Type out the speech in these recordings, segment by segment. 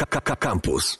Campus.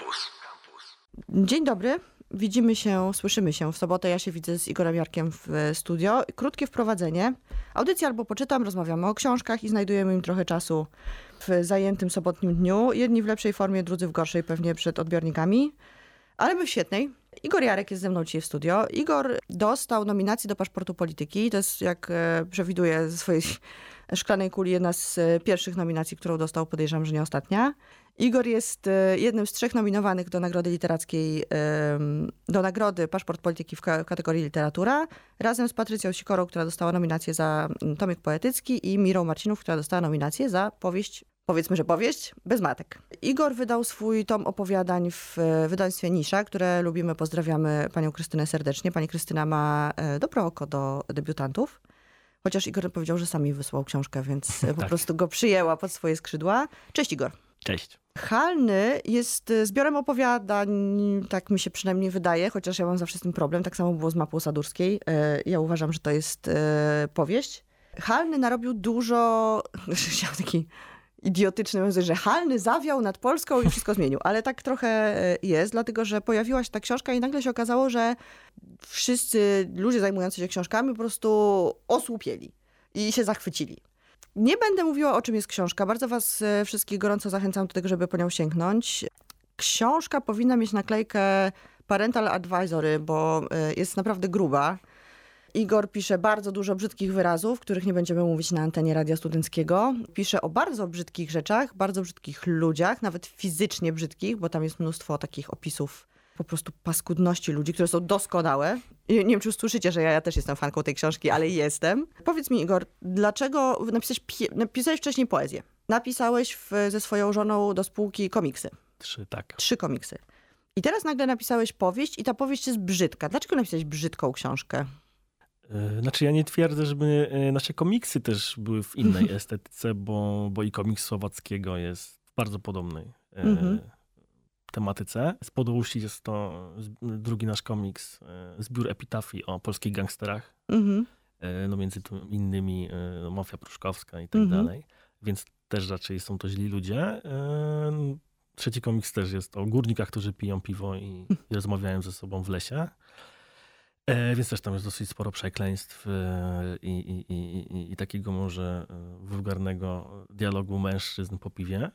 Dzień dobry. Widzimy się, słyszymy się w sobotę. Ja się widzę z Igorem Jarkiem w studio. Krótkie wprowadzenie. Audycję albo poczytam, rozmawiamy o książkach i znajdujemy im trochę czasu w zajętym sobotnim dniu. Jedni w lepszej formie, drudzy w gorszej, pewnie przed odbiornikami, ale my w świetnej. Igor Jarek jest ze mną dzisiaj w studio. Igor dostał nominację do Paszportu Polityki. To jest, jak przewiduje ze swojej szklanej kuli, jedna z pierwszych nominacji, którą dostał, podejrzewam, że nie ostatnia. Igor jest jednym z 3 nominowanych do nagrody literackiej, do nagrody Paszport Polityki w kategorii literatura, razem z Patrycją Sikorą, która dostała nominację za tomik poetycki, i Mirą Marcinów, która dostała nominację za powieść, powiedzmy, że powieść bez matek. Igor wydał swój tom opowiadań w wydawnictwie Nisza, które lubimy, pozdrawiamy panią Krystynę serdecznie. Pani Krystyna ma dobre oko do debiutantów. Chociaż Igor powiedział, że sam mi wysłał książkę, więc po prostu go przyjęła pod swoje skrzydła. Cześć, Igor. Cześć. Halny jest zbiorem opowiadań, tak mi się przynajmniej wydaje, chociaż ja mam zawsze z tym problem. Tak samo było z Mapą Sadurskiej. Ja uważam, że to jest powieść. Halny narobił dużo, chciałam taki idiotyczny mówić, że Halny zawiał nad Polską i wszystko zmienił. Ale tak trochę jest, dlatego że pojawiła się ta książka i nagle się okazało, że wszyscy ludzie zajmujący się książkami po prostu osłupieli i się zachwycili. Nie będę mówiła, o czym jest książka. Bardzo was wszystkich gorąco zachęcam do tego, żeby po nią sięgnąć. Książka powinna mieć naklejkę Parental Advisory, bo jest naprawdę gruba. Igor pisze bardzo dużo brzydkich wyrazów, których nie będziemy mówić na antenie Radia Studenckiego. Pisze o bardzo brzydkich rzeczach, bardzo brzydkich ludziach, nawet fizycznie brzydkich, bo tam jest mnóstwo takich opisów po prostu paskudności ludzi, które są doskonałe. Nie wiem, czy usłyszycie, że ja też jestem fanką tej książki, ale jestem. Powiedz mi, Igor, dlaczego napisałeś wcześniej poezję? Napisałeś ze swoją żoną do spółki komiksy. 3, tak. 3 komiksy. I teraz nagle napisałeś powieść i ta powieść jest brzydka. Dlaczego napisałeś brzydką książkę? Znaczy ja nie twierdzę, żeby nasze komiksy też były w innej estetyce, bo i komiks Słowackiego jest w bardzo podobnej tematyce. Z Podłuści jest to drugi nasz komiks, zbiór epitafii o polskich gangsterach. No między innymi Mafia Pruszkowska i tak dalej. Więc też raczej są to źli ludzie. Trzeci komiks też jest o górnikach, którzy piją piwo i rozmawiają ze sobą w lesie. Więc też tam jest dosyć sporo przekleństw i takiego może wulgarnego dialogu mężczyzn po piwie.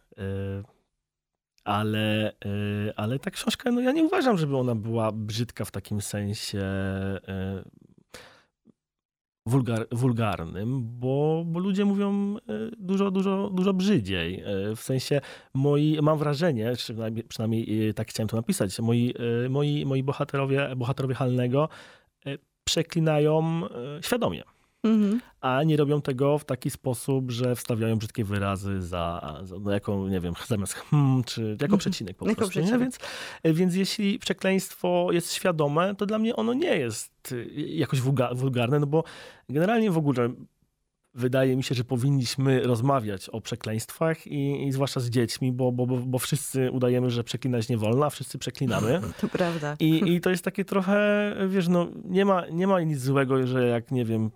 Ale ta książka, no ja nie uważam, żeby ona była brzydka w takim sensie wulgarnym, bo ludzie mówią dużo brzydziej. W sensie mam wrażenie, przynajmniej tak chciałem to napisać, moi bohaterowie Halnego przeklinają świadomie. A nie robią tego w taki sposób, że wstawiają brzydkie wyrazy za jako, nie wiem, zamiast czy jako przecinek po prostu. Przecinek. Więc jeśli przekleństwo jest świadome, to dla mnie ono nie jest jakoś wulgarne, no bo generalnie w ogóle wydaje mi się, że powinniśmy rozmawiać o przekleństwach i zwłaszcza z dziećmi, bo wszyscy udajemy, że przeklinać nie wolno, a wszyscy przeklinamy. To prawda. I to jest takie trochę, wiesz, no nie ma nic złego, że jak, nie wiem,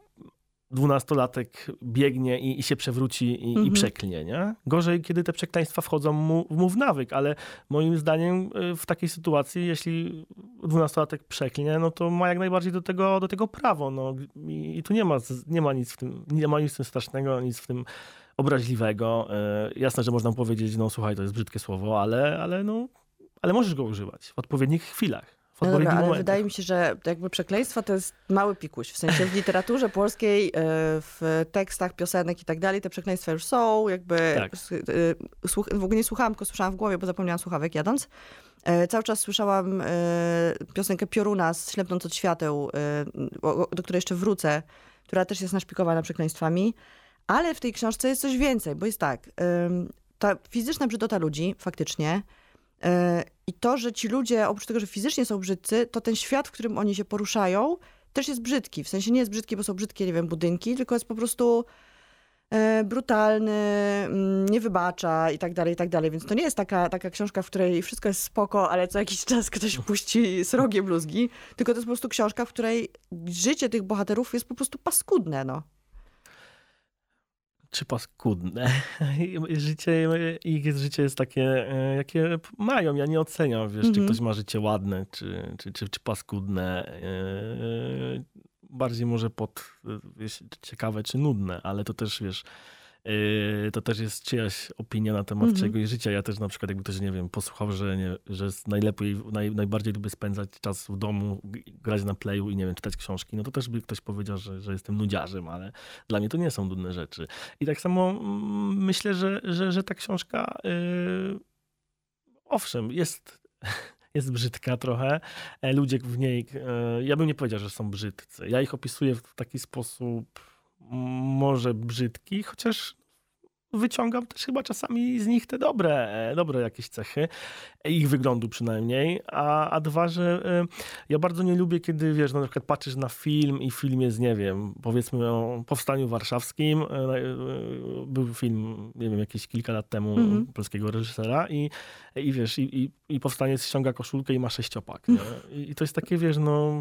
12-latek biegnie i się przewróci i przeklnie, nie? Gorzej, kiedy te przekleństwa wchodzą mu w nawyk, ale moim zdaniem w takiej sytuacji, jeśli 12-latek przeklnie, no to ma jak najbardziej do tego prawo, no. I tu nie ma nic w tym strasznego, nic w tym obraźliwego. Jasne, że można powiedzieć, no słuchaj, to jest brzydkie słowo, ale możesz go używać w odpowiednich chwilach. No dobra, ale wydaje mi się, że jakby przekleństwo to jest mały pikuś. W sensie w literaturze polskiej, w tekstach piosenek i tak dalej, te przekleństwa już są. Jakby tak. W ogóle nie słuchałam, tylko słyszałam w głowie, bo zapomniałam słuchawek jadąc. Cały czas słyszałam piosenkę Pioruna z Ślepnąc od świateł, do której jeszcze wrócę, która też jest naszpikowana przekleństwami. Ale w tej książce jest coś więcej, bo jest tak, ta fizyczna brzydota ludzi faktycznie i to, że ci ludzie, oprócz tego, że fizycznie są brzydcy, to ten świat, w którym oni się poruszają, też jest brzydki. W sensie nie jest brzydki, bo są brzydkie, nie wiem, budynki, tylko jest po prostu brutalny, nie wybacza i tak dalej, i tak dalej. Więc to nie jest taka książka, w której wszystko jest spoko, ale co jakiś czas ktoś puści srogie bluzgi, tylko to jest po prostu książka, w której życie tych bohaterów jest po prostu paskudne, no. czy paskudne. Ich życie jest takie, jakie mają. Ja nie oceniam, wiesz, czy ktoś ma życie ładne, czy paskudne. Bardziej może wiesz, ciekawe, czy nudne, ale to też, wiesz, to też jest czyjaś opinia na temat czegoś życia. Ja też na przykład jakby ktoś, nie wiem, posłuchał, że najbardziej lubię spędzać czas w domu, grać na playu i nie wiem, czytać książki, no to też by ktoś powiedział, że jestem nudziarzem, ale dla mnie to nie są nudne rzeczy. I tak samo myślę, że ta książka owszem, jest brzydka trochę. Ludzie w niej, ja bym nie powiedział, że są brzydcy. Ja ich opisuję w taki sposób może brzydki, chociaż wyciągam też chyba czasami z nich te dobre jakieś cechy, ich wyglądu przynajmniej, a dwa, że ja bardzo nie lubię, kiedy wiesz, no, na przykład patrzysz na film i film jest, nie wiem, powiedzmy o Powstaniu Warszawskim, był film, nie wiem, jakieś kilka lat temu polskiego reżysera i wiesz, i powstaniec ściąga koszulkę i ma sześciopak, nie? I to jest takie, wiesz, no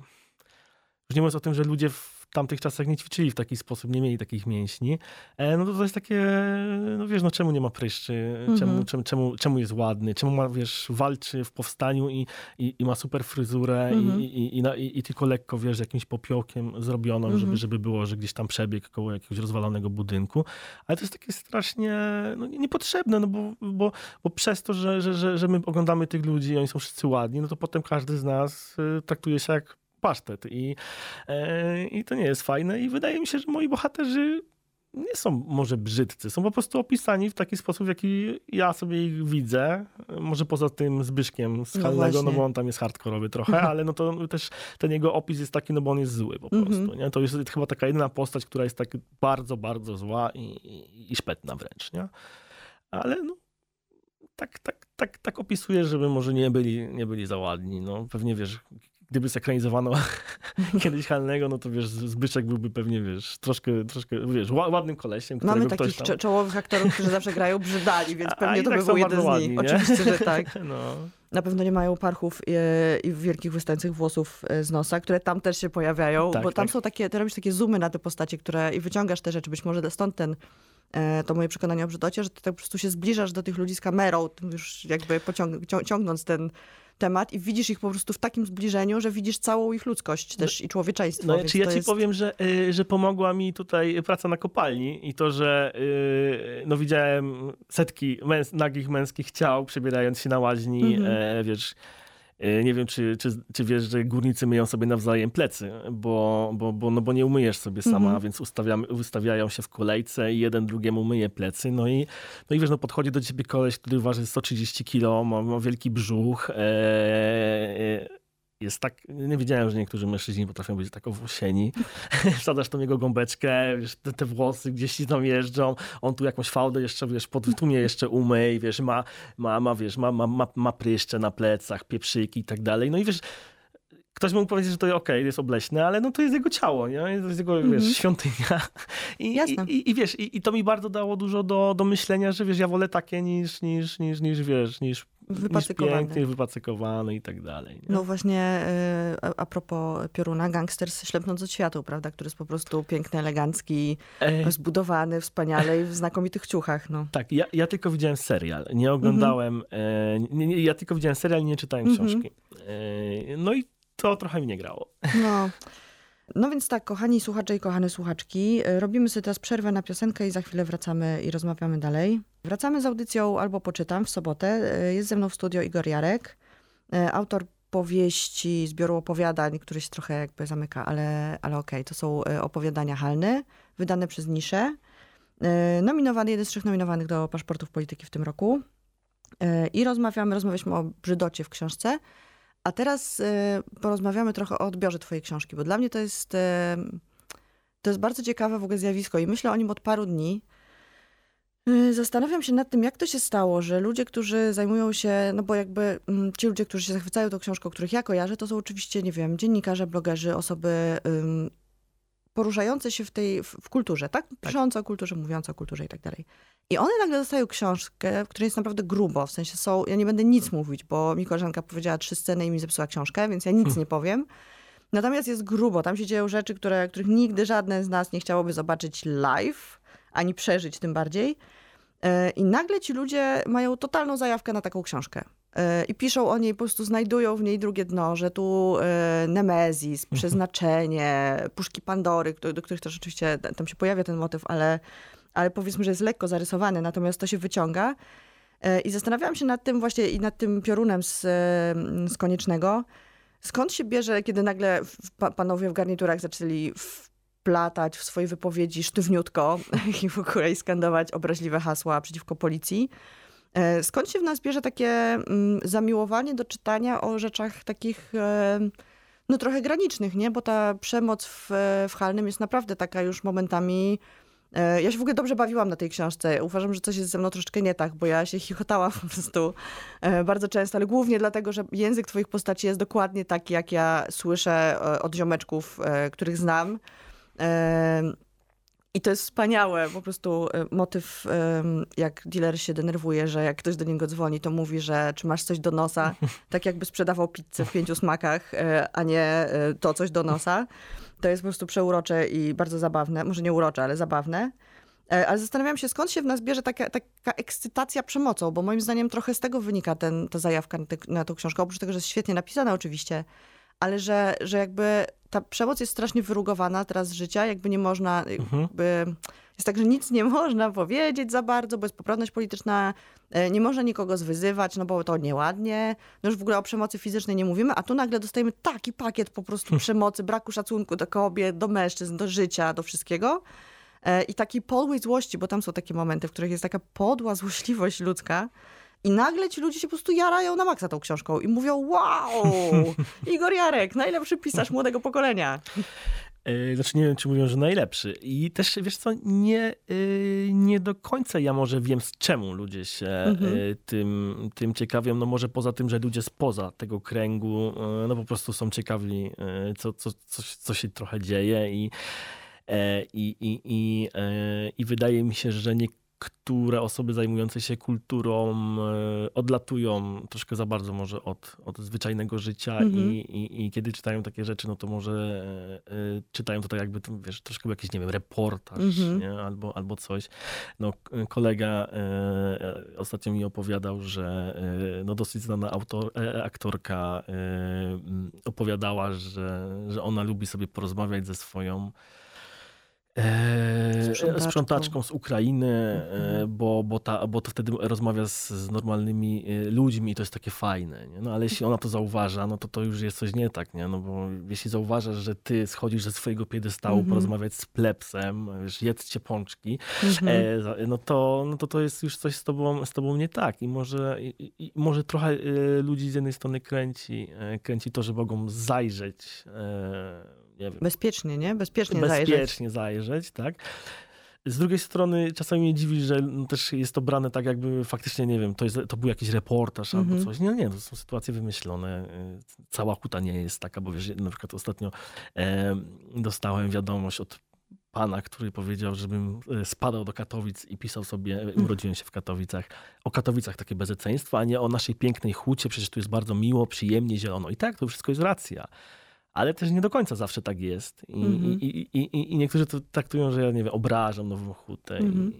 już nie mówiąc o tym, że ludzie w tamtych czasach nie ćwiczyli w taki sposób, nie mieli takich mięśni, no to jest takie, no wiesz, no czemu nie ma pryszczy, czemu jest ładny, czemu ma, wiesz, walczy w powstaniu i ma super fryzurę i tylko lekko, wiesz, jakimś popiołkiem zrobioną, żeby było, że gdzieś tam przebiegł koło jakiegoś rozwalonego budynku, ale to jest takie strasznie no, niepotrzebne, no bo przez to, że my oglądamy tych ludzi i oni są wszyscy ładni, no to potem każdy z nas traktuje się jak pasztet i to nie jest fajne i wydaje mi się, że moi bohaterzy nie są może brzydcy, są po prostu opisani w taki sposób, w jaki ja sobie ich widzę. Może poza tym Zbyszkiem z Halnego, no bo on tam jest hardkorowy trochę, ale no to też ten jego opis jest taki, no bo on jest zły po prostu. Nie? To jest chyba taka jedyna postać, która jest tak bardzo, bardzo zła i szpetna wręcz. Nie? Ale no, tak opisuję, żeby może nie byli za ładni. No, pewnie wiesz, gdyby zekranizowano kiedyś Halnego, no to wiesz, Zbyszek byłby pewnie, wiesz, troszkę wiesz, ładnym kolesiem. Mamy takich czołowych aktorów, którzy zawsze grają brzydali, więc pewnie to by był jeden z nich. Oczywiście, że tak. No. Na pewno nie mają parchów i wielkich wystających włosów z nosa, które tam też się pojawiają, bo tam są takie, ty robisz takie zoomy na te postacie, i wyciągasz te rzeczy, być może stąd to moje przekonanie o brzydocie, że ty tak po prostu się zbliżasz do tych ludzi z kamerą, już jakby ciągnąc ten temat i widzisz ich po prostu w takim zbliżeniu, że widzisz całą ich ludzkość też i człowieczeństwo. No czy ja ci powiem, że pomogła mi tutaj praca na kopalni i to, że no widziałem setki nagich męskich ciał przebierając się na łaźni, wiesz, nie wiem, czy wiesz, że górnicy myją sobie nawzajem plecy, bo nie umyjesz sobie sama, więc ustawiają się w kolejce i jeden drugiemu myje plecy. No i wiesz, no podchodzi do ciebie koleś, który waży 130 kilo, ma wielki brzuch. Jest tak, nie wiedziałem, że niektórzy mężczyźni potrafią być tak owłosieni. Wsadzasz tą jego gąbeczkę, wiesz, te włosy gdzieś ci tam jeżdżą, on tu jakąś fałdę jeszcze, wiesz, tu mnie jeszcze umyj, wiesz, ma pryszcze na plecach, pieprzyki i tak dalej. No i wiesz, ktoś mógł powiedzieć, że to okej, jest obleśne, ale no to jest jego ciało, nie? To jest jego, wiesz, świątynia. I wiesz, i to mi bardzo dało dużo do myślenia, że wiesz, ja wolę takie niż pięknie, wypacykowane i tak dalej. Nie? No właśnie a propos Pioruna, Gangsters ślepnąc od światła, prawda, który jest po prostu piękny, elegancki, zbudowany, wspaniale i w znakomitych ciuchach. No. Tak, ja tylko widziałem serial, nie oglądałem, ja tylko widziałem serial i nie czytałem książki. No i to trochę mi nie grało. No więc tak, kochani słuchacze i kochane słuchaczki, robimy sobie teraz przerwę na piosenkę i za chwilę wracamy i rozmawiamy dalej. Wracamy z audycją Albo Poczytam w sobotę. Jest ze mną w studio Igor Jarek, autor powieści, zbioru opowiadań, który się trochę jakby zamyka, ale okej. To są opowiadania Halny, wydane przez Niszę. Jeden z 3 nominowanych do Paszportów Polityki w tym roku. I rozmawialiśmy o brzydocie w książce. A teraz porozmawiamy trochę o odbiorze twojej książki, bo dla mnie to jest bardzo ciekawe w ogóle zjawisko i myślę o nim od paru dni. Zastanawiam się nad tym, jak to się stało, że ludzie, którzy zajmują się, no bo jakby ci ludzie, którzy się zachwycają tą książką, których ja kojarzę, to są oczywiście, nie wiem, dziennikarze, blogerzy, osoby poruszające się w kulturze, tak? Piszące o kulturze, mówiące o kulturze i tak dalej. I one nagle dostają książkę, w której jest naprawdę grubo, w sensie ja nie będę nic mówić, bo mi koleżanka powiedziała 3 sceny i mi zepsuła książkę, więc ja nic nie powiem. Natomiast jest grubo, tam się dzieją rzeczy, których nigdy żadne z nas nie chciałoby zobaczyć live, ani przeżyć tym bardziej. I nagle ci ludzie mają totalną zajawkę na taką książkę. I piszą o niej, po prostu znajdują w niej drugie dno, że tu Nemezis, przeznaczenie, puszki Pandory, do których też oczywiście tam się pojawia ten motyw, ale powiedzmy, że jest lekko zarysowany, natomiast to się wyciąga. I zastanawiałam się nad tym właśnie i nad tym piorunem z Koniecznego. Skąd się bierze, kiedy nagle panowie w garniturach zaczęli wplatać w swoje wypowiedzi sztywniutko i w ogóle skandować obraźliwe hasła przeciwko policji. Skąd się w nas bierze takie zamiłowanie do czytania o rzeczach takich no trochę granicznych, nie? Bo ta przemoc w Chalnym jest naprawdę taka już momentami... Ja się w ogóle dobrze bawiłam na tej książce. Uważam, że coś jest ze mną troszeczkę nie tak, bo ja się chichotałam po prostu bardzo często, ale głównie dlatego, że język twoich postaci jest dokładnie taki, jak ja słyszę od ziomeczków, których znam. I to jest wspaniałe, po prostu motyw, jak dealer się denerwuje, że jak ktoś do niego dzwoni, to mówi, że czy masz coś do nosa, tak jakby sprzedawał pizzę w 5 smakach, a nie to coś do nosa. To jest po prostu przeurocze i bardzo zabawne. Może nie urocze, ale zabawne. Ale zastanawiam się, skąd się w nas bierze taka ekscytacja przemocą, bo moim zdaniem trochę z tego wynika ta zajawka na tą książkę. Oprócz tego, że jest świetnie napisana oczywiście, ale że jakby ta przemoc jest strasznie wyrugowana teraz z życia, jakby nie można, jest tak, że nic nie można powiedzieć za bardzo, bo jest poprawność polityczna, nie można nikogo zwyzywać, no bo to nieładnie, no już w ogóle o przemocy fizycznej nie mówimy, a tu nagle dostajemy taki pakiet po prostu przemocy, braku szacunku do kobiet, do mężczyzn, do życia, do wszystkiego i takiej podłej złości, bo tam są takie momenty, w których jest taka podła złośliwość ludzka. I nagle ci ludzie się po prostu jarają na maksa tą książką i mówią, wow, Igor Jarek, najlepszy pisarz młodego pokolenia. Znaczy nie wiem, czy mówią, że najlepszy. I też, wiesz co, nie do końca ja może wiem, z czemu ludzie się tym ciekawią. No może poza tym, że ludzie spoza tego kręgu, no po prostu są ciekawi, co się trochę dzieje i wydaje mi się, że niektóre osoby zajmujące się kulturą odlatują troszkę za bardzo może od zwyczajnego życia i kiedy czytają takie rzeczy, no to może czytają to tak jakby, wiesz, troszkę jakiś, nie wiem, reportaż, nie? Albo coś. No, kolega ostatnio mi opowiadał, że no dosyć znana aktorka opowiadała, że ona lubi sobie porozmawiać ze swoją sprzątaczką z Ukrainy, bo to wtedy rozmawia z normalnymi ludźmi i to jest takie fajne. Nie? No ale jeśli ona to zauważa, no to już jest coś nie tak, nie? No bo jeśli zauważasz, że ty schodzisz ze swojego piedestału porozmawiać z plebsem, wiesz, jedzcie pączki, no to jest już coś z tobą nie tak. I może trochę ludzi z jednej strony kręci to, że mogą zajrzeć nie wiem. Bezpiecznie, nie? Bezpiecznie zajrzeć, tak. Z drugiej strony czasami mnie dziwi, że też jest to brane tak jakby faktycznie, nie wiem, to był jakiś reportaż albo coś. Nie, to są sytuacje wymyślone. Cała huta nie jest taka, bo wiesz, na przykład ostatnio dostałem wiadomość od pana, który powiedział, żebym spadał do Katowic i pisał sobie, urodziłem się w Katowicach, o Katowicach takie bezeceństwo, a nie o naszej pięknej hucie, przecież tu jest bardzo miło, przyjemnie, zielono. I tak, to wszystko jest racja. Ale też nie do końca zawsze tak jest. I niektórzy to traktują, że ja, nie wiem, obrażam Nową Hutę.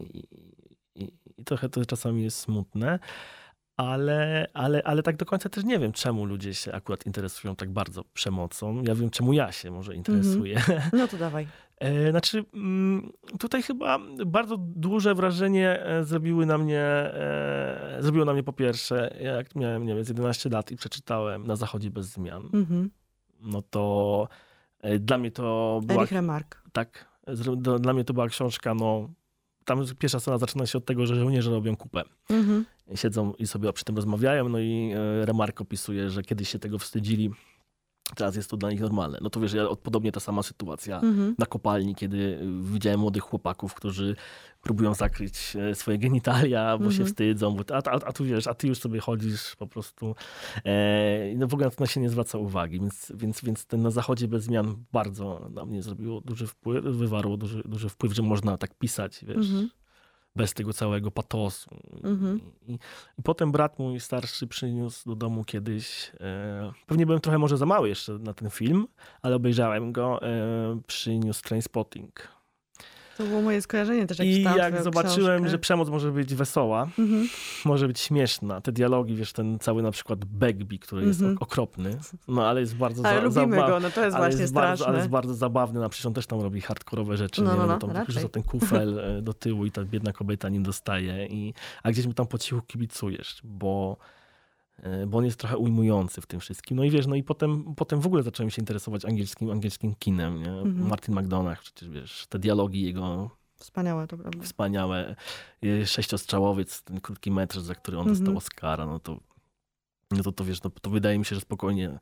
I trochę to czasami jest smutne. Ale tak do końca też nie wiem, czemu ludzie się akurat interesują tak bardzo przemocą. Ja wiem, czemu ja się może interesuję. No to dawaj. Znaczy, tutaj chyba bardzo duże wrażenie zrobiło na mnie po pierwsze, jak miałem, nie wiem, 11 lat i przeczytałem Na zachodzie bez zmian. No to dla mnie to była... Erich Remarque. Tak. Dla mnie to była książka, no... Tam pierwsza scena zaczyna się od tego, że żołnierze robią kupę. Siedzą i sobie przy tym rozmawiają, no i Remarque opisuje, że kiedyś się tego wstydzili, teraz jest to dla nich normalne. No to wiesz, podobnie ta sama sytuacja na kopalni, kiedy widziałem młodych chłopaków, którzy próbują zakryć swoje genitalia, bo się wstydzą. A tu wiesz, a ty już sobie chodzisz po prostu. No w ogóle na to się nie zwraca uwagi. Więc ten Na zachodzie bez zmian bardzo na mnie zrobiło duży wpływ, wywarło duży wpływ, że można tak pisać, wiesz. Bez tego całego patosu. I potem brat mój starszy przyniósł do domu kiedyś, pewnie byłem trochę może za mały jeszcze na ten film, ale obejrzałem go, przyniósł Trainspotting. To było moje skojarzenie też, jak I czytałam jak twoją zobaczyłem, książkę. że przemoc może być wesoła, może być śmieszna, te dialogi, wiesz, ten cały na przykład Begbie, który jest okropny, no ale jest bardzo Ale lubimy go, no to jest właśnie straszne. ale jest bardzo zabawny, no przecież on też tam robi hardkorowe rzeczy, No, nie? no, No, no, tam raczej. rzuca ten kufel do tyłu i ta biedna kobieta nim dostaje, a gdzieś mu tam po cichu kibicujesz, bo on jest trochę ujmujący w tym wszystkim. No i wiesz, no i potem w ogóle zacząłem się interesować angielskim kinem, nie? Martin McDonagh, przecież wiesz, te dialogi jego Wspaniałe, to prawda. wspaniałe, sześciostrzałowiec, ten krótki metr, za który on dostał Oscara, no to wiesz, no to wydaje mi się, że spokojnie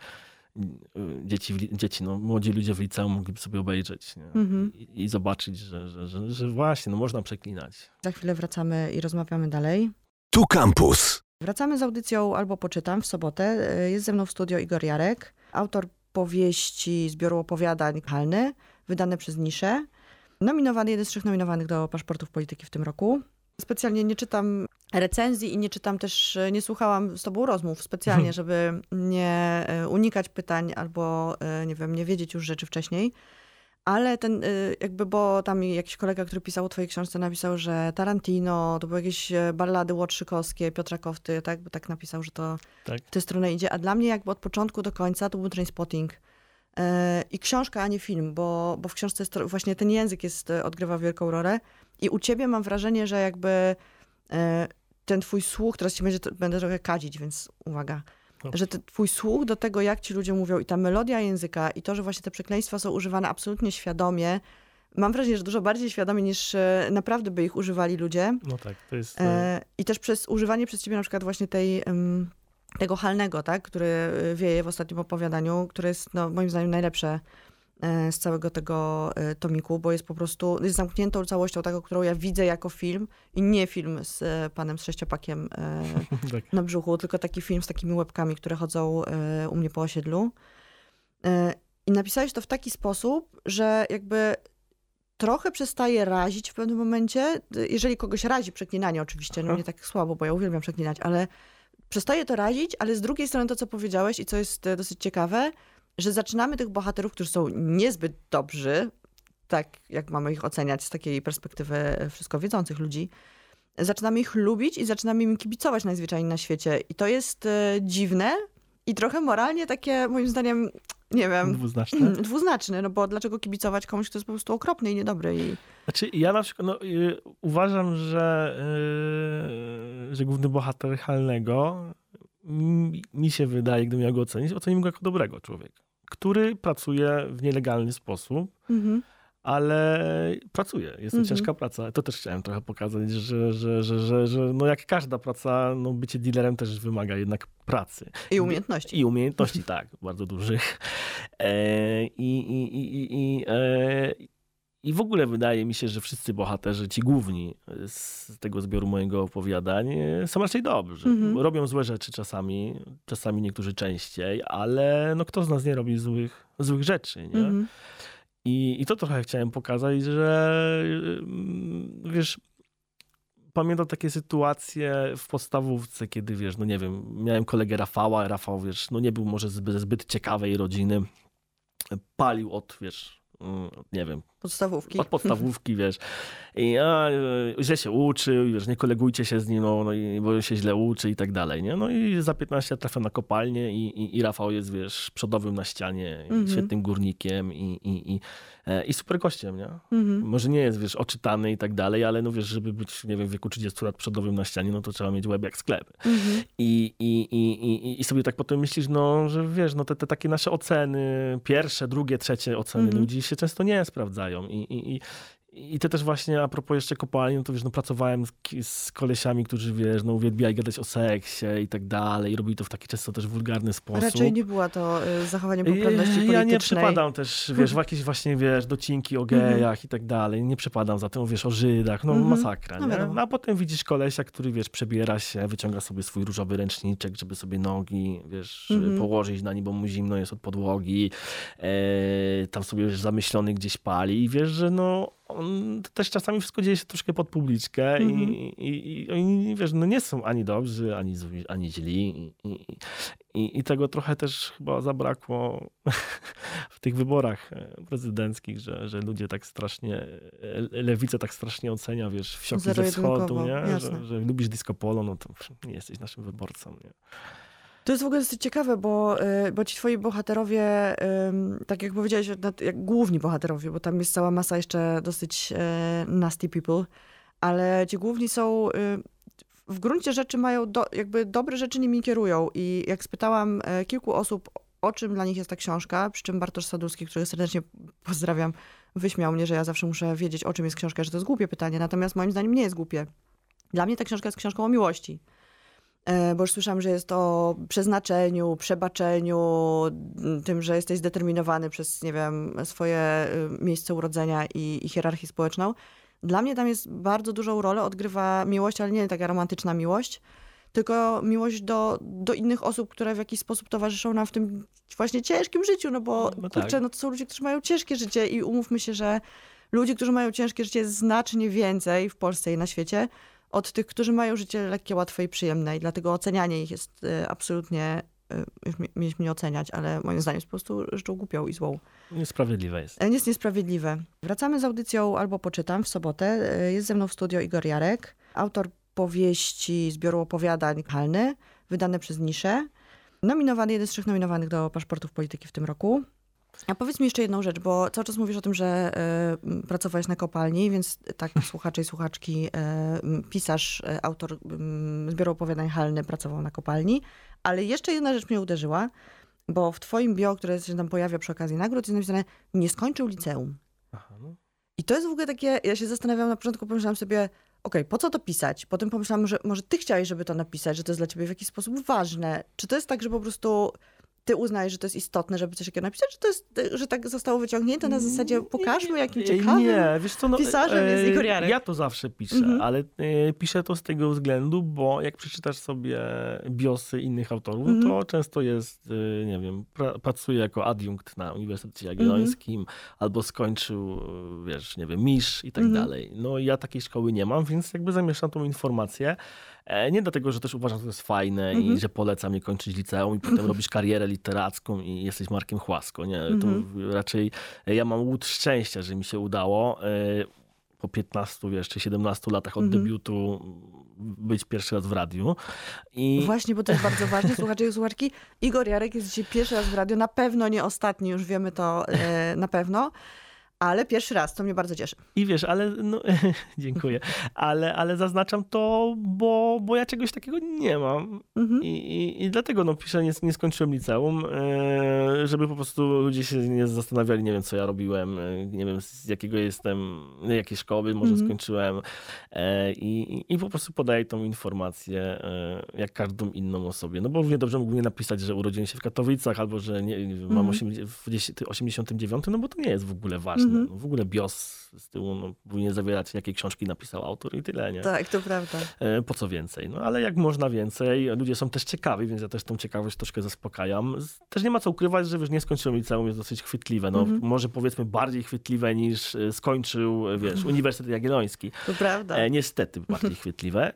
dzieci, no młodzi ludzie w liceum mogliby sobie obejrzeć, nie? I zobaczyć, że właśnie, no można przeklinać. Za chwilę wracamy i rozmawiamy dalej. Tu Campus. Wracamy z audycją Albo Poczytam w sobotę. Jest ze mną w studio Igor Jarek, autor powieści zbioru opowiadań Halny, wydane przez Niszę. Nominowany, jeden z 3 nominowanych do Paszportów Polityki w tym roku. Specjalnie nie czytam recenzji i nie słuchałam z tobą rozmów specjalnie, żeby nie unikać pytań albo, nie wiem, nie wiedzieć już rzeczy wcześniej. Ale bo tam jakiś kolega, który pisał o twojej książce, napisał, że Tarantino, to były jakieś ballady łotrzykowskie, Piotra Kofty, tak? Bo tak napisał, że to w tę stronę idzie. A dla mnie jakby od początku do końca to był Trainspotting. I książka, a nie film, bo w książce jest właśnie ten język odgrywa wielką rolę. I u ciebie mam wrażenie, że jakby ten twój słuch, teraz ci będę trochę kadzić, więc uwaga, że twój słuch do tego, jak ci ludzie mówią i ta melodia języka i to, że właśnie te przekleństwa są używane absolutnie świadomie, mam wrażenie, że dużo bardziej świadomie niż naprawdę by ich używali ludzie. No tak, to jest... I też przez używanie przez ciebie na przykład właśnie tego halnego, tak, który wieje w ostatnim opowiadaniu, które jest moim zdaniem najlepsze z całego tego tomiku, bo jest po prostu jest zamkniętą całością taką, którą ja widzę jako film i nie film z panem z sześciopakiem na brzuchu, tylko taki film z takimi łebkami, które chodzą u mnie po osiedlu. I napisałeś to w taki sposób, że jakby trochę przestaje razić w pewnym momencie, jeżeli kogoś razi przeklinanie oczywiście, no nie tak słabo, bo ja uwielbiam przeklinać, ale przestaje to razić, ale z drugiej strony to, co powiedziałeś i co jest dosyć ciekawe, że zaczynamy tych bohaterów, którzy są niezbyt dobrzy, tak jak mamy ich oceniać z takiej perspektywy wszystko wiedzących ludzi, zaczynamy ich lubić i zaczynamy im kibicować najzwyczajniej na świecie. I to jest dziwne i trochę moralnie takie, moim zdaniem, nie wiem... Dwuznaczne, no bo dlaczego kibicować komuś, kto jest po prostu okropny i niedobry? Znaczy, ja na przykład uważam, że główny bohater Halnego, mi się wydaje, gdybym miał go ocenił go jako dobrego człowieka, który pracuje w nielegalny sposób, ale pracuje. Jest to ciężka praca. To też chciałem trochę pokazać, że no jak każda praca, no bycie dealerem też wymaga jednak pracy. I umiejętności. I umiejętności, tak, bardzo dużych. I w ogóle wydaje mi się, że wszyscy bohaterzy, ci główni z tego zbioru mojego opowiadań są raczej dobrzy. Robią złe rzeczy czasami niektórzy częściej, ale no kto z nas nie robi złych rzeczy, nie? I to trochę chciałem pokazać, że wiesz, pamiętam takie sytuacje w podstawówce, kiedy wiesz, no nie wiem, miałem kolegę Rafała, Rafał, wiesz, no nie był może zbyt ciekawej rodziny, palił nie wiem. Podstawówki. Od podstawówki, wiesz. I źle się uczy, wiesz, nie kolegujcie się z nim, bo się źle uczy i tak dalej, nie? No i za 15 lat trafia na kopalnię i Rafał jest, wiesz, przodowym na ścianie, świetnym górnikiem i super gościem, nie? Może nie jest, wiesz, oczytany i tak dalej, ale no wiesz, żeby być, nie wiem, w wieku 30 lat przodowym na ścianie, no to trzeba mieć łeb jak sklep. I sobie tak potem myślisz, no, że wiesz, no te takie nasze oceny, pierwsze, drugie, trzecie oceny ludzi się często nie sprawdzają. I to też właśnie a propos jeszcze kopalni, no to wiesz, no pracowałem z kolesiami, którzy wiesz, no uwielbiali gadać o seksie i tak dalej. Robili to w taki często też wulgarny sposób. Raczej nie była to zachowanie poprawności politycznej. Ja nie przypadam też, wiesz, w jakieś właśnie, wiesz, docinki o gejach i tak dalej. Nie przypadam za tym, wiesz, o Żydach. No masakra, nie? No a potem widzisz kolesia, który, wiesz, przebiera się, wyciąga sobie swój różowy ręczniczek, żeby sobie nogi, wiesz, położyć na nim, bo mu zimno jest od podłogi. Tam sobie, wiesz, zamyślony gdzieś pali i wiesz, że no on też czasami wszystko dzieje się troszkę pod publiczkę i oni, wiesz, no nie są ani dobrzy, ani źli i tego trochę też chyba zabrakło w tych wyborach prezydenckich, że ludzie tak strasznie, lewica tak strasznie ocenia, wiesz, wsioki ze wschodu, nie? Że lubisz disco polo, no to nie jesteś naszym wyborcą, nie? To jest w ogóle dosyć ciekawe, bo ci twoi bohaterowie, tak jak powiedziałeś, jak główni bohaterowie, bo tam jest cała masa jeszcze dosyć nasty people, ale ci główni są, w gruncie rzeczy mają, jakby dobre rzeczy nimi kierują. I jak spytałam kilku osób, o czym dla nich jest ta książka, przy czym Bartosz Sadurski, którego serdecznie pozdrawiam, wyśmiał mnie, że ja zawsze muszę wiedzieć, o czym jest książka, że to jest głupie pytanie, natomiast moim zdaniem nie jest głupie. Dla mnie ta książka jest książką o miłości. Bo już słyszałam, że jest o przeznaczeniu, przebaczeniu, tym, że jesteś zdeterminowany przez, nie wiem, swoje miejsce urodzenia i hierarchię społeczną. Dla mnie tam jest bardzo dużą rolę odgrywa miłość, ale nie taka romantyczna miłość, tylko miłość do innych osób, które w jakiś sposób towarzyszą nam w tym właśnie ciężkim życiu, no bo kurczę, no to są ludzie, którzy mają ciężkie życie i umówmy się, że ludzi, którzy mają ciężkie życie jest znacznie więcej w Polsce i na świecie, od tych, którzy mają życie lekkie, łatwe i przyjemne. I dlatego ocenianie ich jest absolutnie, mieliśmy nie oceniać, ale moim zdaniem jest po prostu rzeczą głupią i złą. Niesprawiedliwe jest. Jest niesprawiedliwe. Wracamy z audycją Albo poczytam w sobotę. Jest ze mną w studio Igor Jarek, autor powieści zbioru opowiadań Halny, wydane przez Niszę. Nominowany, jeden z 3 nominowanych do Paszportów Polityki w tym roku. A powiedz mi jeszcze jedną rzecz, bo cały czas mówisz o tym, że pracowałeś na kopalni, więc tak, słuchacze i słuchaczki, pisarz, autor zbioru opowiadań Halny pracował na kopalni, ale jeszcze jedna rzecz mnie uderzyła, bo w twoim bio, które się tam pojawia przy okazji nagród, jest napisane, nie skończył liceum. Aha, no. I to jest w ogóle takie, ja się zastanawiałam na początku, pomyślałam sobie, okej, po co to pisać? Potem pomyślałam, że może ty chciałeś, żeby to napisać, że to jest dla ciebie w jakiś sposób ważne. Czy to jest tak, że po prostu ty uznajesz, że to jest istotne, żeby coś takiego napisać, czy to jest, że tak zostało wyciągnięte na zasadzie pokażmy, jakim ciekawym wiesz co, pisarzem jest Igor Jarek? Ja to zawsze piszę, ale piszę to z tego względu, bo jak przeczytasz sobie biosy innych autorów, to często jest, nie wiem, pracuje jako adiunkt na Uniwersytecie Jagiellońskim, albo skończył, wiesz, nie wiem, MISZ i tak dalej. No ja takiej szkoły nie mam, więc jakby zamieszczam tą informację. Nie dlatego, że też uważam, że to jest fajne i że polecam nie kończyć liceum i potem robisz karierę literacką i jesteś Markiem Chłasko. Nie? To raczej ja mam łód szczęścia, że mi się udało po 15 czy 17 latach od debiutu być pierwszy raz w radiu. Właśnie, bo to jest bardzo ważne, słuchacze i słuchaczki. Igor Jarek jest dzisiaj pierwszy raz w radiu, na pewno nie ostatni, już wiemy to na pewno. Ale pierwszy raz, to mnie bardzo cieszy. I wiesz, ale no, dziękuję, ale zaznaczam to, bo ja czegoś takiego nie mam. I dlatego no, piszę, nie skończyłem liceum, żeby po prostu ludzie się nie zastanawiali, nie wiem, co ja robiłem, nie wiem, z jakiego jestem, jakiej szkoły może skończyłem. I po prostu podaję tą informację, jak każdą inną osobie. No bo równie dobrze mógłbym napisać, że urodziłem się w Katowicach, albo że mam 89, no bo to nie jest w ogóle ważne. No, w ogóle bios z tyłu powinien zawierać, jakie książki napisał autor i tyle, nie? Tak, to prawda. Po co więcej? No ale jak można więcej, ludzie są też ciekawi, więc ja też tą ciekawość troszkę zaspokajam. Też nie ma co ukrywać, że wiesz, nie skończyłem liceum, jest dosyć chwytliwe. No, może powiedzmy bardziej chwytliwe niż skończył, wiesz, Uniwersytet Jagielloński. To prawda. Niestety bardziej chwytliwe,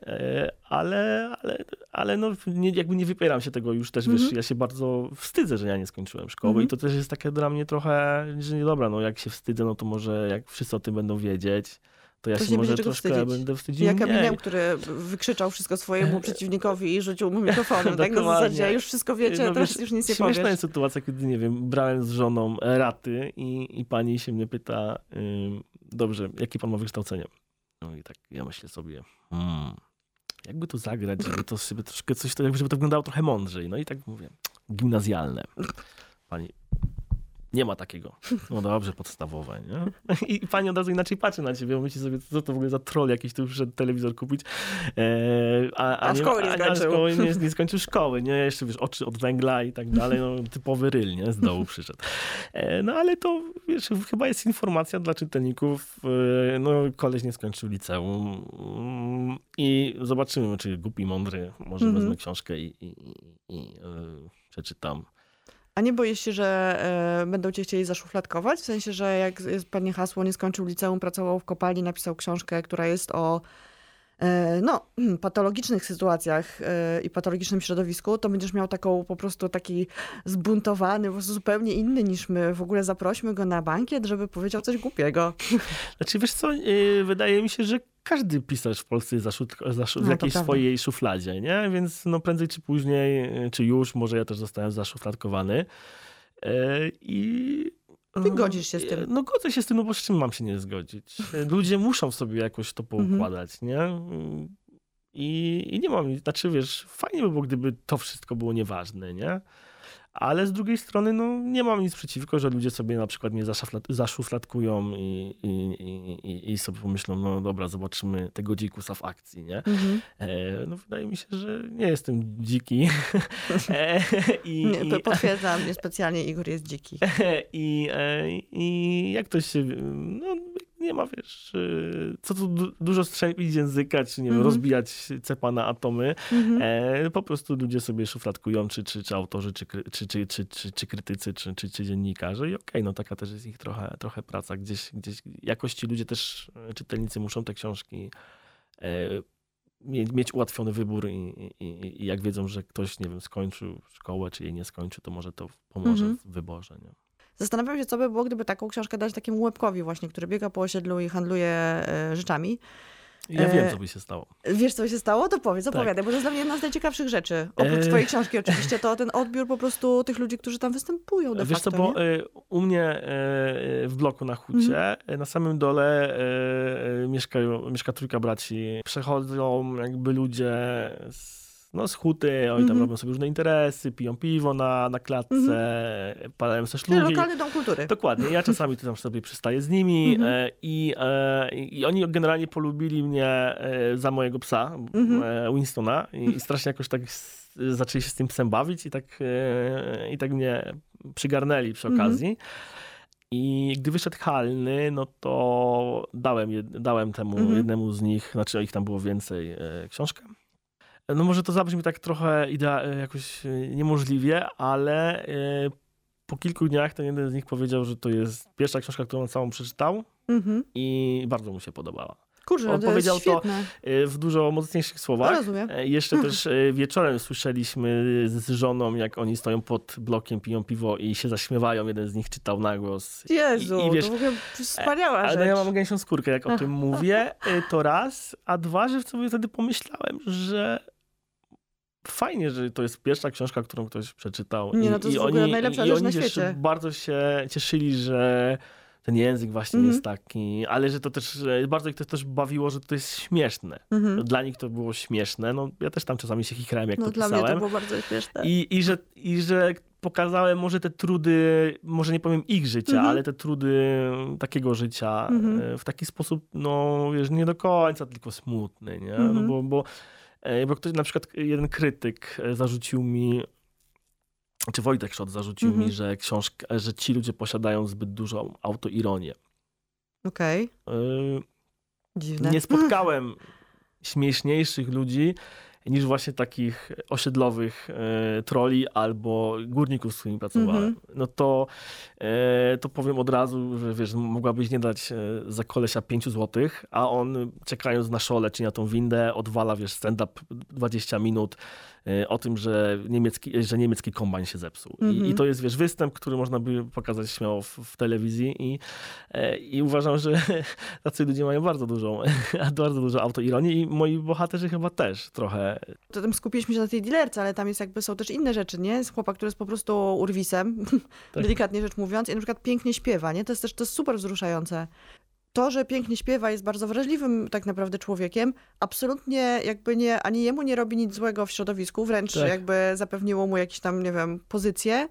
ale no, jakby nie wypieram się tego już też, wiesz, ja się bardzo wstydzę, że ja nie skończyłem szkoły i to też jest takie dla mnie trochę, że nie dobra, no jak się wstydzę, no to może jak wszyscy o tym będą wiedzieć, to ja się może troszkę będę wstydził. Jak Eminem, który wykrzyczał wszystko swojemu przeciwnikowi i rzucił mu mikrofonem. Tak na zasadzie, już wszystko wiecie, no, teraz już nic nie powiesz. Śmieszna jest sytuacja, kiedy, nie wiem, brałem z żoną raty i pani się mnie pyta, dobrze, jakie pan ma wykształcenie? No i tak ja myślę sobie, jakby to zagrać, żeby to sobie troszkę coś, żeby to wyglądało trochę mądrzej. No i tak mówię, gimnazjalne. Pani, nie ma takiego. No dobrze, podstawowe, nie? I pani od razu inaczej patrzy na ciebie, bo myśli sobie, co to w ogóle za troll jakiś, tu przyszedł telewizor kupić. A szkoły nie skończył. Nie skończył szkoły, nie? Jeszcze wiesz, oczy od węgla i tak dalej, no typowy ryl, nie? Z dołu przyszedł. No ale to, wiesz, chyba jest informacja dla czytelników, no koleś nie skończył liceum i zobaczymy, czy głupi, mądry, może wezmę książkę i przeczytam. A nie boisz się, że będą cię chcieli zaszufladkować? W sensie, że jak jest pewnie hasło, nie skończył liceum, pracował w kopalni, napisał książkę, która jest o patologicznych sytuacjach i patologicznym środowisku, to będziesz miał taką po prostu taki zbuntowany, po prostu zupełnie inny niż my. W ogóle zaprośmy go na bankiet, żeby powiedział coś głupiego. Znaczy, wiesz co, wydaje mi się, że każdy pisarz w Polsce jest w jakiejś swojej szufladzie, nie? Więc no prędzej czy później, czy już, może ja też zostałem zaszufladkowany. Ty godzisz się z tym? No godzę się z tym, no bo z czym mam się nie zgodzić? Ludzie muszą sobie jakoś to poukładać, nie? I nie mam, znaczy wiesz, fajnie by było, gdyby to wszystko było nieważne, nie? Ale z drugiej strony, no nie mam nic przeciwko, że ludzie sobie na przykład mnie zaszufladkują i sobie pomyślą, no dobra, zobaczymy tego dzikusa w akcji, nie? No wydaje mi się, że nie jestem dziki. Potwierdzam, niespecjalnie Igor jest dziki. I jak to się, no nie ma, wiesz, co tu dużo strzępić języka, czy nie wiem, rozbijać cepa na atomy. Po prostu ludzie sobie szufladkują, czy autorzy, czy krytycy, czy dziennikarze i okej, no taka też jest ich trochę praca. Gdzieś jakoś ci ludzie też, czytelnicy muszą te książki mieć ułatwiony wybór i jak wiedzą, że ktoś, nie wiem, skończył szkołę, czy jej nie skończył, to może to pomoże w wyborze, nie? Zastanawiam się, co by było, gdyby taką książkę dać takiemu łebkowi właśnie, który biega po osiedlu i handluje rzeczami. Ja wiem, co by się stało. Wiesz, co by się stało? To powiedz, opowiadaj, bo to jest dla mnie jedna z najciekawszych rzeczy. Oprócz twojej książki oczywiście, to ten odbiór po prostu tych ludzi, którzy tam występują de Wiesz facto, co, bo u mnie w bloku na Hucie, na samym dole mieszka trójka braci. Przechodzą jakby ludzie z Huty, oni tam robią sobie różne interesy, piją piwo na klatce, palają se szlugi. Lokalny dom kultury. Dokładnie. Ja czasami tam sobie przystaję z nimi i oni generalnie polubili mnie za mojego psa, Winstona i strasznie jakoś tak zaczęli się z tym psem bawić i tak mnie przygarnęli przy okazji. I gdy wyszedł Halny, no to dałem temu jednemu z nich, znaczy ich tam było więcej, książkę. No może to zabrzmi tak trochę jakoś niemożliwie, ale po kilku dniach ten jeden z nich powiedział, że to jest pierwsza książka, którą on całą przeczytał i bardzo mu się podobała. Kurczę, on powiedział to w dużo mocniejszych słowach. Rozumiem. Jeszcze też wieczorem słyszeliśmy z żoną, jak oni stoją pod blokiem, piją piwo i się zaśmiewają. Jeden z nich czytał na głos. Jezu, i wiesz, to w ogóle wspaniała rzecz. Ale ja mam gęsią skórkę, jak o tym mówię. To raz. A dwa, że sobie wtedy pomyślałem, że fajnie, że to jest pierwsza książka, którą ktoś przeczytał. Nie, no to jest w ogóle najlepsza rzecz na świecie. Bardzo się cieszyli, że ten język właśnie jest taki, ale że to też, bardzo ich to też bawiło, że to jest śmieszne. Dla nich to było śmieszne. No ja też tam czasami się chichrałem, jak to pisałem. Dla mnie to było bardzo śmieszne. I że pokazałem może te trudy, może nie powiem ich życia, ale te trudy takiego życia w taki sposób, no wiesz, nie do końca, tylko smutny, nie? No bo ktoś, na przykład jeden krytyk zarzucił mi, czy Wojtek Szot zarzucił mi, że ci ludzie posiadają zbyt dużą autoironię. Okej. Dziwne. Nie spotkałem śmieszniejszych ludzi niż właśnie takich osiedlowych troli albo górników, z którymi pracowałem. No to powiem od razu, że wiesz, mogłabyś nie dać za kolesia 5 złotych, a on czekając na szole czy na tą windę odwala, wiesz, stand-up 20 minut o tym, że niemiecki kombajn się zepsuł. I to jest, wiesz, występ, który można by pokazać śmiało w telewizji i uważam, że tacy ludzie mają bardzo dużo autoironii i moi bohaterzy chyba też trochę. To tam skupiliśmy się na tej dealerce, ale tam są też inne rzeczy, nie? Jest chłopak, który jest po prostu urwisem, delikatnie rzecz mówiąc, i na przykład pięknie śpiewa, nie? To jest super wzruszające. To, że pięknie śpiewa, jest bardzo wrażliwym tak naprawdę człowiekiem, absolutnie jakby ani jemu nie robi nic złego w środowisku, wręcz jakby zapewniło mu jakieś tam, nie wiem, pozycje,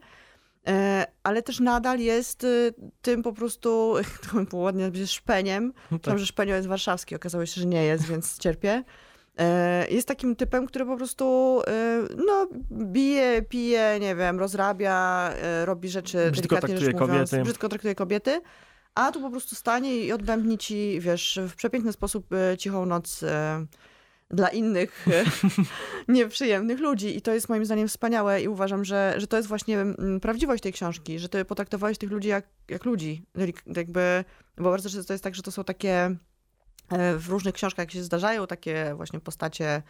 ale też nadal jest tym po prostu, to bym było ładnie napisać, szpeniem. Myślałam, że szpenio jest warszawski, okazało się, że nie jest, więc cierpię. Jest takim typem, który po prostu bije, pije, nie wiem, rozrabia, robi rzeczy, delikatnie rzecz mówiąc, brzydko traktuje kobiety. A tu po prostu stanie i odbębni ci, wiesz, w przepiękny sposób cichą noc dla innych nieprzyjemnych ludzi. I to jest moim zdaniem wspaniałe i uważam, że to jest właśnie prawdziwość tej książki, że ty potraktowałeś tych ludzi jak ludzi. Jakby, bo bardzo często jest tak, że to są takie w różnych książkach się zdarzają takie właśnie postacie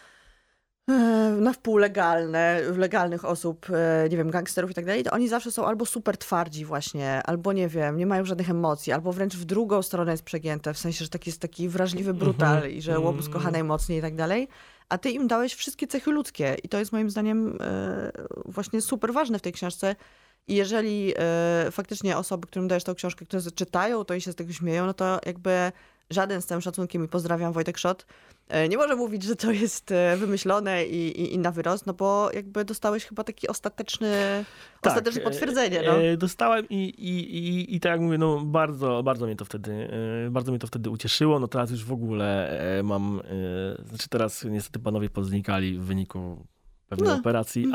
na wpół legalne, legalnych osób, nie wiem, gangsterów i tak dalej, to oni zawsze są albo super twardzi właśnie, albo nie wiem, nie mają żadnych emocji, albo wręcz w drugą stronę jest przegięte, w sensie, że jest taki wrażliwy brutal i że łobuz kocha najmocniej i tak dalej, a ty im dałeś wszystkie cechy ludzkie i to jest moim zdaniem właśnie super ważne w tej książce. I jeżeli faktycznie osoby, którym dajesz tę książkę, które czytają to i się z tego śmieją, no to jakby żaden z całym szacunkiem i pozdrawiam Wojtek Szot, nie może mówić, że to jest wymyślone i na wyrost, no bo jakby dostałeś chyba taki ostateczne potwierdzenie. No. Dostałem i tak jak mówię, no bardzo mnie to wtedy ucieszyło. No teraz już w ogóle mam, znaczy teraz niestety panowie poznikali w wyniku pewnej operacji,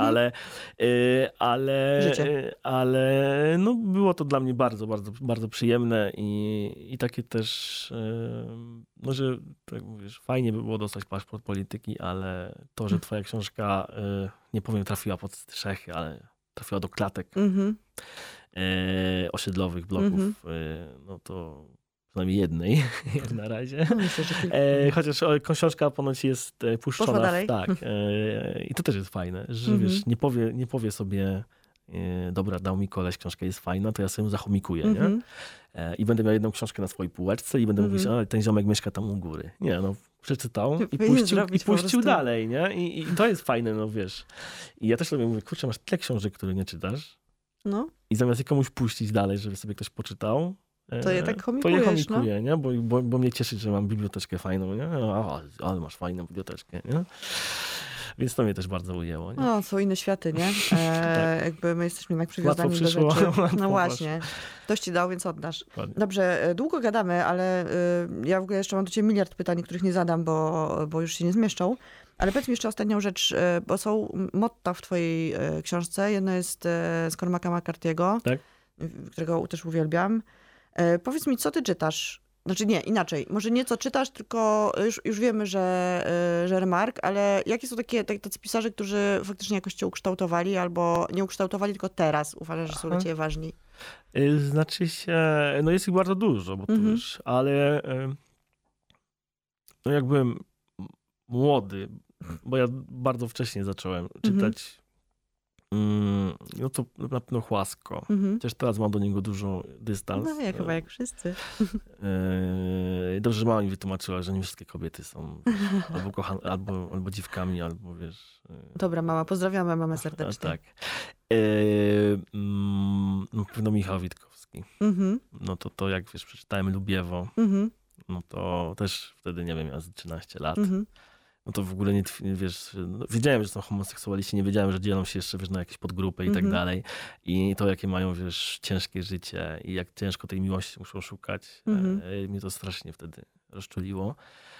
ale no było to dla mnie bardzo, bardzo, bardzo przyjemne i takie też, no że tak mówisz, fajnie by było dostać paszport polityki, ale to, że twoja książka, nie powiem trafiła pod strzechy, ale trafiła do klatek osiedlowych bloków, no to przynajmniej jednej, jak na razie. No, myślę, że chociaż książka ponoć jest puszczona. Dalej. Tak. I to też jest fajne, że wiesz, nie powie sobie, dobra, dał mi koleś, książka jest fajna, to ja sobie ją zachomikuję, nie? I będę miał jedną książkę na swojej półeczce i będę mówił, ale ten ziomek mieszka tam u góry. Nie, no przeczytał i puścił dalej, nie? I to jest fajne, no wiesz. I ja też sobie mówię, kurczę, masz tyle książek, które nie czytasz. No. I zamiast je komuś puścić dalej, żeby sobie ktoś poczytał, to je tak homikujesz, homikuję, nie? Bo mnie cieszy, że mam biblioteczkę fajną, nie? Ale masz fajną biblioteczkę, nie? Więc to mnie też bardzo ujęło. Nie? No, są inne światy, nie? Tak. Jakby my jesteśmy jednak przywiązani do rzeczy. No właśnie. Ktoś ci dał, więc oddasz. Dokładnie. Dobrze, długo gadamy, ale ja w ogóle jeszcze mam do ciebie miliard pytań, których nie zadam, bo już się nie zmieszczą. Ale powiedz mi jeszcze ostatnią rzecz, bo są motta w twojej książce. Jedno jest z Cormaca McCarthy'ego, tak? Którego też uwielbiam. Powiedz mi, co ty czytasz? Znaczy nie, inaczej. Może nie co czytasz, tylko już wiemy, że Remarque, ale jakie są tacy pisarze, którzy faktycznie jakoś cię ukształtowali albo nie ukształtowali, tylko teraz uważasz, że są dla ciebie ważni? Znaczy się, no jest ich bardzo dużo, bo to już, ale no jak byłem młody, bo ja bardzo wcześnie zacząłem czytać, no to na pewno Chłasko. Chociaż teraz mam do niego dużo dystans. No ja chyba jak wszyscy. Dobrze, że mama mi wytłumaczyła, że nie wszystkie kobiety są albo dziwkami, albo wiesz... Dobra, mama, pozdrawiamy mamę serdecznie. Tak. Na pewno Michał Witkowski. No to jak wiesz, przeczytałem Lubiewo, no to też wtedy, nie wiem, miałem 13 lat. No to w ogóle nie, wiesz, no, wiedziałem, że są homoseksualiści, nie wiedziałem, że dzielą się jeszcze, wiesz, na jakieś podgrupy i tak dalej. I to, jakie mają, wiesz, ciężkie życie i jak ciężko tej miłości muszą szukać, mnie to strasznie wtedy rozczuliło.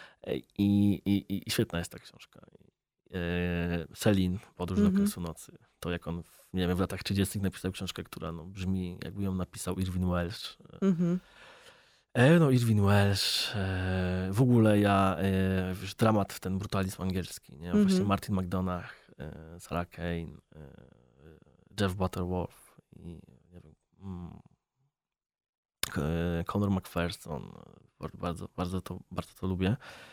I świetna jest ta książka. Selin, Podróż do końca nocy. To jak on, nie wiem, w latach 30. napisał książkę, która no, brzmi, jakby ją napisał Irving Welsh. No Irving Welsh, w ogóle wiesz, dramat ten brutalizm angielski, nie? Właśnie Martin McDonagh, Sarah Kane, Jeff Butterworth i nie wiem, Conor McPherson, bardzo to lubię.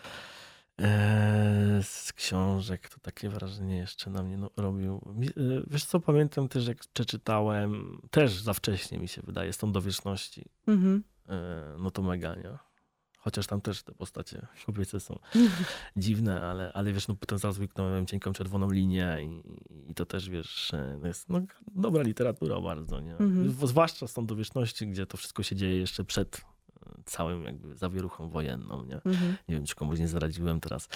Z książek to takie wrażenie jeszcze na mnie robił. Wiesz co, pamiętam też, jak przeczytałem, też za wcześnie mi się wydaje, z tą Do wieczności. No to mega, nie? Chociaż tam też te postacie kobiece są dziwne, ale wiesz, no potem zaraz wyknąłem cienką czerwoną linię i to też, wiesz, jest no, dobra literatura bardzo, nie? Zwłaszcza z tą Do wieczności, gdzie to wszystko się dzieje jeszcze przed całym jakby zawieruchą wojenną, nie? Nie wiem, czy komuś nie zaradziłem teraz.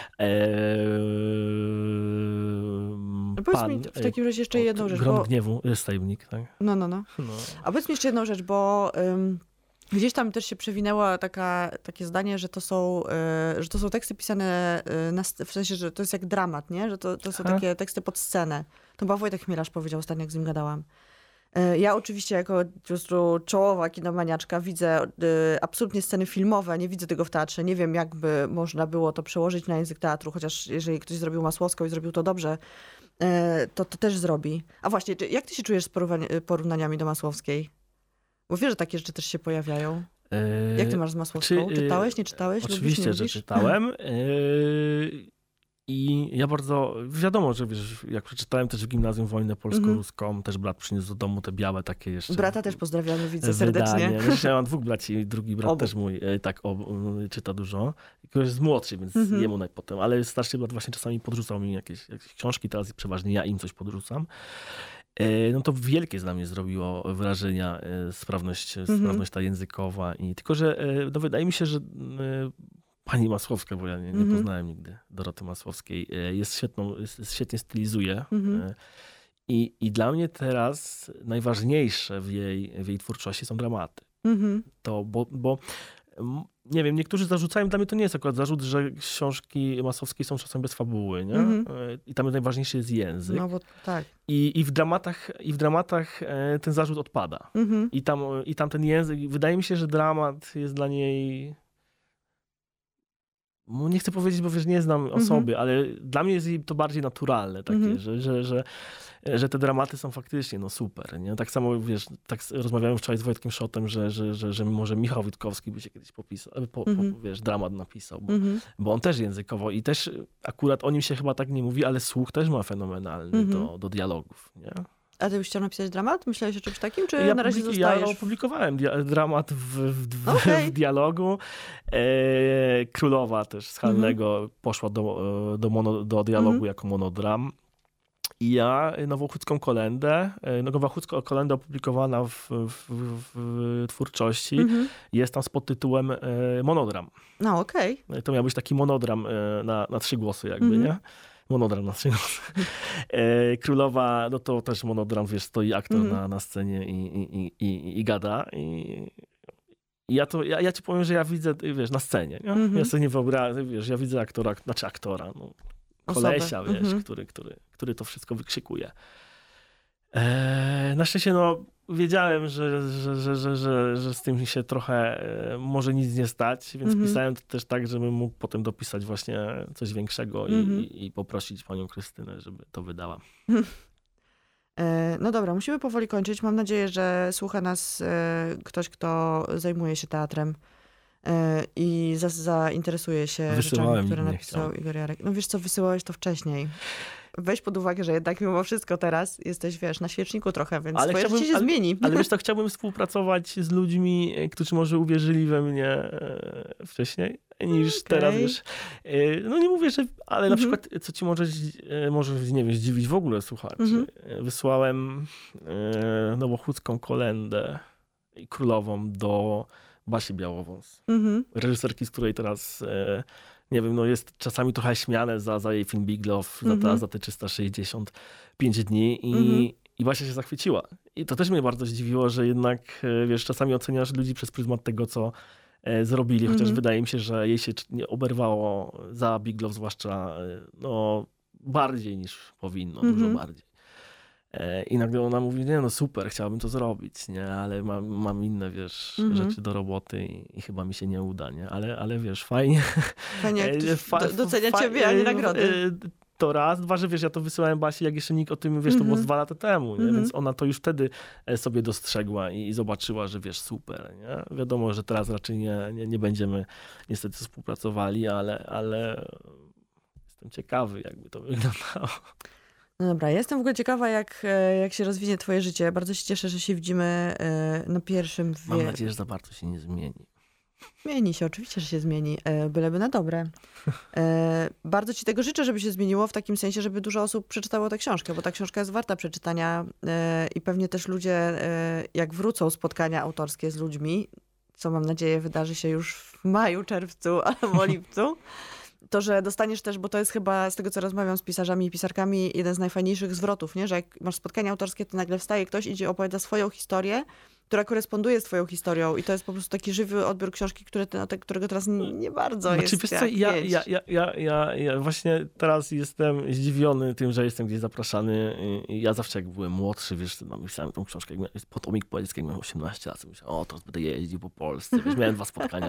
Powiedz mi w takim razie jeszcze jedną rzecz. Grom gniewu, jest tajemnik, tak? No. A powiedz mi jeszcze jedną rzecz, bo gdzieś tam też się przewinęło takie zdanie, że to są teksty pisane w sensie, że to jest jak dramat, nie? Że to są takie teksty pod scenę. To chyba Wojtek Chmielarz powiedział ostatnio, jak z nim gadałam. Ja oczywiście jako po prostu czołowa kinomaniaczka widzę absolutnie sceny filmowe, nie widzę tego w teatrze. Nie wiem, jakby można było to przełożyć na język teatru, chociaż jeżeli ktoś zrobił Masłowską i zrobił to dobrze, to też zrobi. A właśnie, jak ty się czujesz z porównaniami do Masłowskiej? Bo wiesz, że takie rzeczy też się pojawiają. Jak ty masz z Masłowską? Czytałeś, nie czytałeś? Oczywiście, lubisz, że czytałem. I ja bardzo, wiadomo, że wiesz, jak przeczytałem też w gimnazjum Wojnę Polsko-Ruską, też brat przyniósł do domu te białe takie jeszcze. Brata też pozdrawiamy, widzę serdecznie. Ja mam 2 braci, drugi brat też mój czyta dużo. Ktoś jest młodszy, więc jemu potem, ale starszy brat właśnie czasami podrzucał mi jakieś książki, teraz przeważnie ja im coś podrzucam. No to wielkie dla mnie zrobiło wrażenia sprawność ta językowa. Tylko, że no wydaje mi się, że pani Masłowska, bo ja nie poznałem nigdy Doroty Masłowskiej, świetnie stylizuje. I dla mnie teraz najważniejsze w jej twórczości są dramaty. To, bo nie wiem, niektórzy zarzucają, dla mnie to nie jest akurat zarzut, że książki Masłowskiej są czasem bez fabuły, nie? I tam najważniejszy jest język. No bo tak. I w dramatach ten zarzut odpada. I tam ten język, wydaje mi się, że dramat jest dla niej... Nie chcę powiedzieć, bo wiesz, nie znam osoby, ale dla mnie jest to bardziej naturalne takie, że te dramaty są faktycznie no super. Nie? Tak samo wiesz, tak rozmawiałem wczoraj z Wojtkiem Szotem, że może Michał Witkowski by się kiedyś wiesz, dramat napisał, bo on też językowo i też akurat o nim się chyba tak nie mówi, ale słuch też ma fenomenalny do dialogów. Nie? A ty byś chciał napisać dramat? Myślałeś o czymś takim, czy na razie zostajesz? Ja opublikowałem dramat w dialogu. Królowa też z Halnego poszła do dialogu jako monodram. I ja Nowochódzką kolendę, Nowochódzka kolenda opublikowana w twórczości, jest tam z podtytułem monodram. No okej. To miał być taki monodram na 3 głosy jakby, nie? Monodram na 3 głosy. Królowa, no to też monodram, wiesz, stoi aktor na scenie i gada. Ja ci powiem, że ja widzę, wiesz, na scenie. Nie? Ja sobie nie wyobrażam, wiesz, ja widzę aktora, no, kolesia, wiesz, który to wszystko wykrzykuje. Na szczęście, no, wiedziałem, że z tym się trochę może nic nie stać, więc pisałem to też tak, żebym mógł potem dopisać właśnie coś większego i poprosić panią Krystynę, żeby to wydała. No dobra, musimy powoli kończyć. Mam nadzieję, że słucha nas ktoś, kto zajmuje się teatrem i zainteresuje się rzeczami, które napisał Igor Jarek. No wiesz co, wysyłałeś to wcześniej. Weź pod uwagę, że jednak mimo wszystko teraz jesteś, wiesz, na świeczniku trochę, więc twoje życie się zmieni. Ale wiesz, to chciałbym współpracować z ludźmi, którzy może uwierzyli we mnie wcześniej niż teraz, wiesz. No nie mówię, że... Ale na przykład, co ci może nie wiem, zdziwić w ogóle słuchaczy. Wysłałem Nowochódzką kolendę i królową do Basi Białowąs. Reżyserki, z której teraz... nie wiem, no jest czasami trochę śmiane za jej film Big Love, za te 365 dni i Basia się zachwyciła. I to też mnie bardzo zdziwiło, że jednak, wiesz, czasami oceniasz ludzi przez pryzmat tego, co zrobili, chociaż wydaje mi się, że jej się nie oberwało za Big Love, zwłaszcza no, bardziej niż powinno, dużo bardziej. I nagle ona mówi, nie no super, chciałabym to zrobić, nie, ale mam inne, wiesz, rzeczy do roboty i chyba mi się nie uda, nie, ale wiesz, fajnie. Fajnie, jak ktoś docenia ciebie, a nie nagrody. To raz, 2, że wiesz, ja to wysyłałem Basi, jak jeszcze nikt o tym, wiesz, to było 2 lata temu, nie? Więc ona to już wtedy sobie dostrzegła i zobaczyła, że wiesz, super, nie? Wiadomo, że teraz raczej nie będziemy niestety współpracowali, ale jestem ciekawy, jakby to wyglądało. No dobra, ja jestem w ogóle ciekawa, jak się rozwinie twoje życie. Bardzo się cieszę, że się widzimy na pierwszym... Mam nadzieję, że za bardzo się nie zmieni. Zmieni się, oczywiście, że się zmieni. Byleby na dobre. Bardzo ci tego życzę, żeby się zmieniło w takim sensie, żeby dużo osób przeczytało tę książkę, bo ta książka jest warta przeczytania i pewnie też ludzie, jak wrócą spotkania autorskie z ludźmi, co mam nadzieję wydarzy się już w maju, czerwcu albo lipcu, to, że dostaniesz też, bo to jest chyba z tego, co rozmawiam z pisarzami i pisarkami, jeden z najfajniejszych zwrotów, nie? Że jak masz spotkanie autorskie, to nagle wstaje ktoś, idzie, opowiada swoją historię, która koresponduje z twoją historią i to jest po prostu taki żywy odbiór książki, którego teraz nie bardzo jest. Wiesz co, ja właśnie teraz jestem zdziwiony tym, że jestem gdzieś zapraszany. Ja zawsze jak byłem młodszy, wiesz, napisałem tą książkę, Potomik poetycki, jak miałem 18 lat, myślałem, to będę jeździł po Polsce, wiesz, miałem 2 spotkania.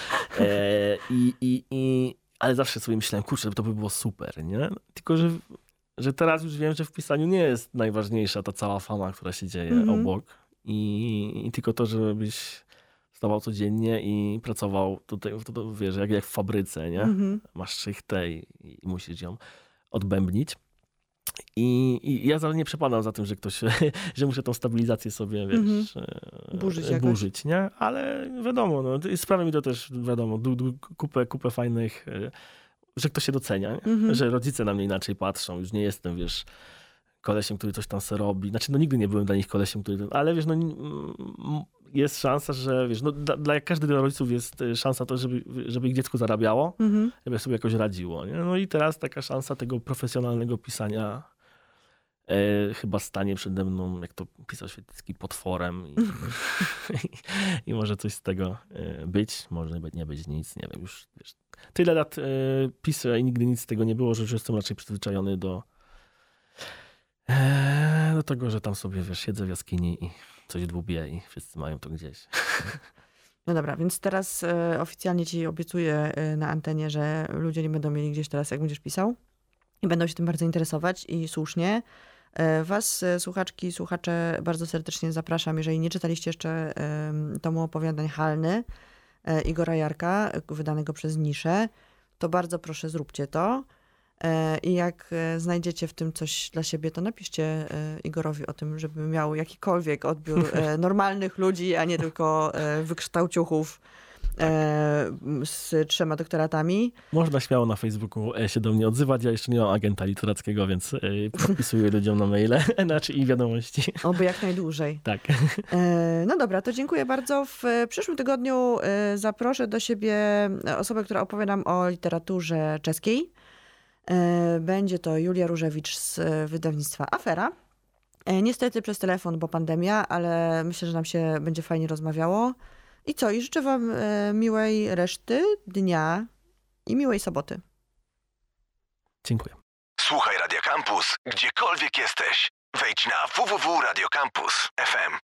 Ale zawsze sobie myślałem, kurczę, to by było super, nie? Tylko, że teraz już wiem, że w pisaniu nie jest najważniejsza ta cała fama, która się dzieje obok. I tylko to, żebyś wstawał codziennie i pracował tutaj, wiesz, jak w fabryce, nie? Masz szychtę i musisz ją odbębnić. I ja nie przepadam za tym, że że muszę tą stabilizację sobie, wiesz, burzyć, nie? Ale wiadomo, no, sprawia mi to też, wiadomo, kupę fajnych, że ktoś się docenia, nie? Że rodzice na mnie inaczej patrzą, już nie jestem, wiesz, kolesiem, który coś tam se robi. Znaczy, no nigdy nie byłem dla nich kolesiem, ale wiesz, no jest szansa, że wiesz, no dla każdego rodziców jest szansa to, żeby ich dziecko zarabiało, żeby sobie jakoś radziło, nie? No i teraz taka szansa tego profesjonalnego pisania chyba stanie przede mną, jak to pisał Świetlicki, potworem i może coś z tego być, może nie być nic, nie wiem, już wiesz, tyle lat piszę i nigdy nic z tego nie było, że już jestem raczej przyzwyczajony do tego, że tam sobie, wiesz, siedzę w jaskini i coś dłubię i wszyscy mają to gdzieś. No dobra, więc teraz oficjalnie ci obiecuję na antenie, że ludzie nie będą mieli gdzieś teraz, jak będziesz pisał i będą się tym bardzo interesować i słusznie. Was, słuchaczki, słuchacze, bardzo serdecznie zapraszam, jeżeli nie czytaliście jeszcze tomu opowiadań Halny Igora Jarka, wydanego przez Niszę, to bardzo proszę, zróbcie to. I jak znajdziecie w tym coś dla siebie, to napiszcie Igorowi o tym, żeby miał jakikolwiek odbiór normalnych ludzi, a nie tylko wykształciuchów z 3 doktoratami. Można śmiało na Facebooku się do mnie odzywać. Ja jeszcze nie mam agenta literackiego, więc podpisuję ludziom na maile i wiadomości. Oby jak najdłużej. Tak. No dobra, to dziękuję bardzo. W przyszłym tygodniu zaproszę do siebie osobę, która opowie nam o literaturze czeskiej. Będzie to Julia Różewicz z wydawnictwa Afera. Niestety przez telefon, bo pandemia, ale myślę, że nam się będzie fajnie rozmawiało. I co? I życzę wam miłej reszty dnia i miłej soboty. Dziękuję. Słuchaj Radio Campus, gdziekolwiek jesteś. Wejdź na www.radiocampus.fm.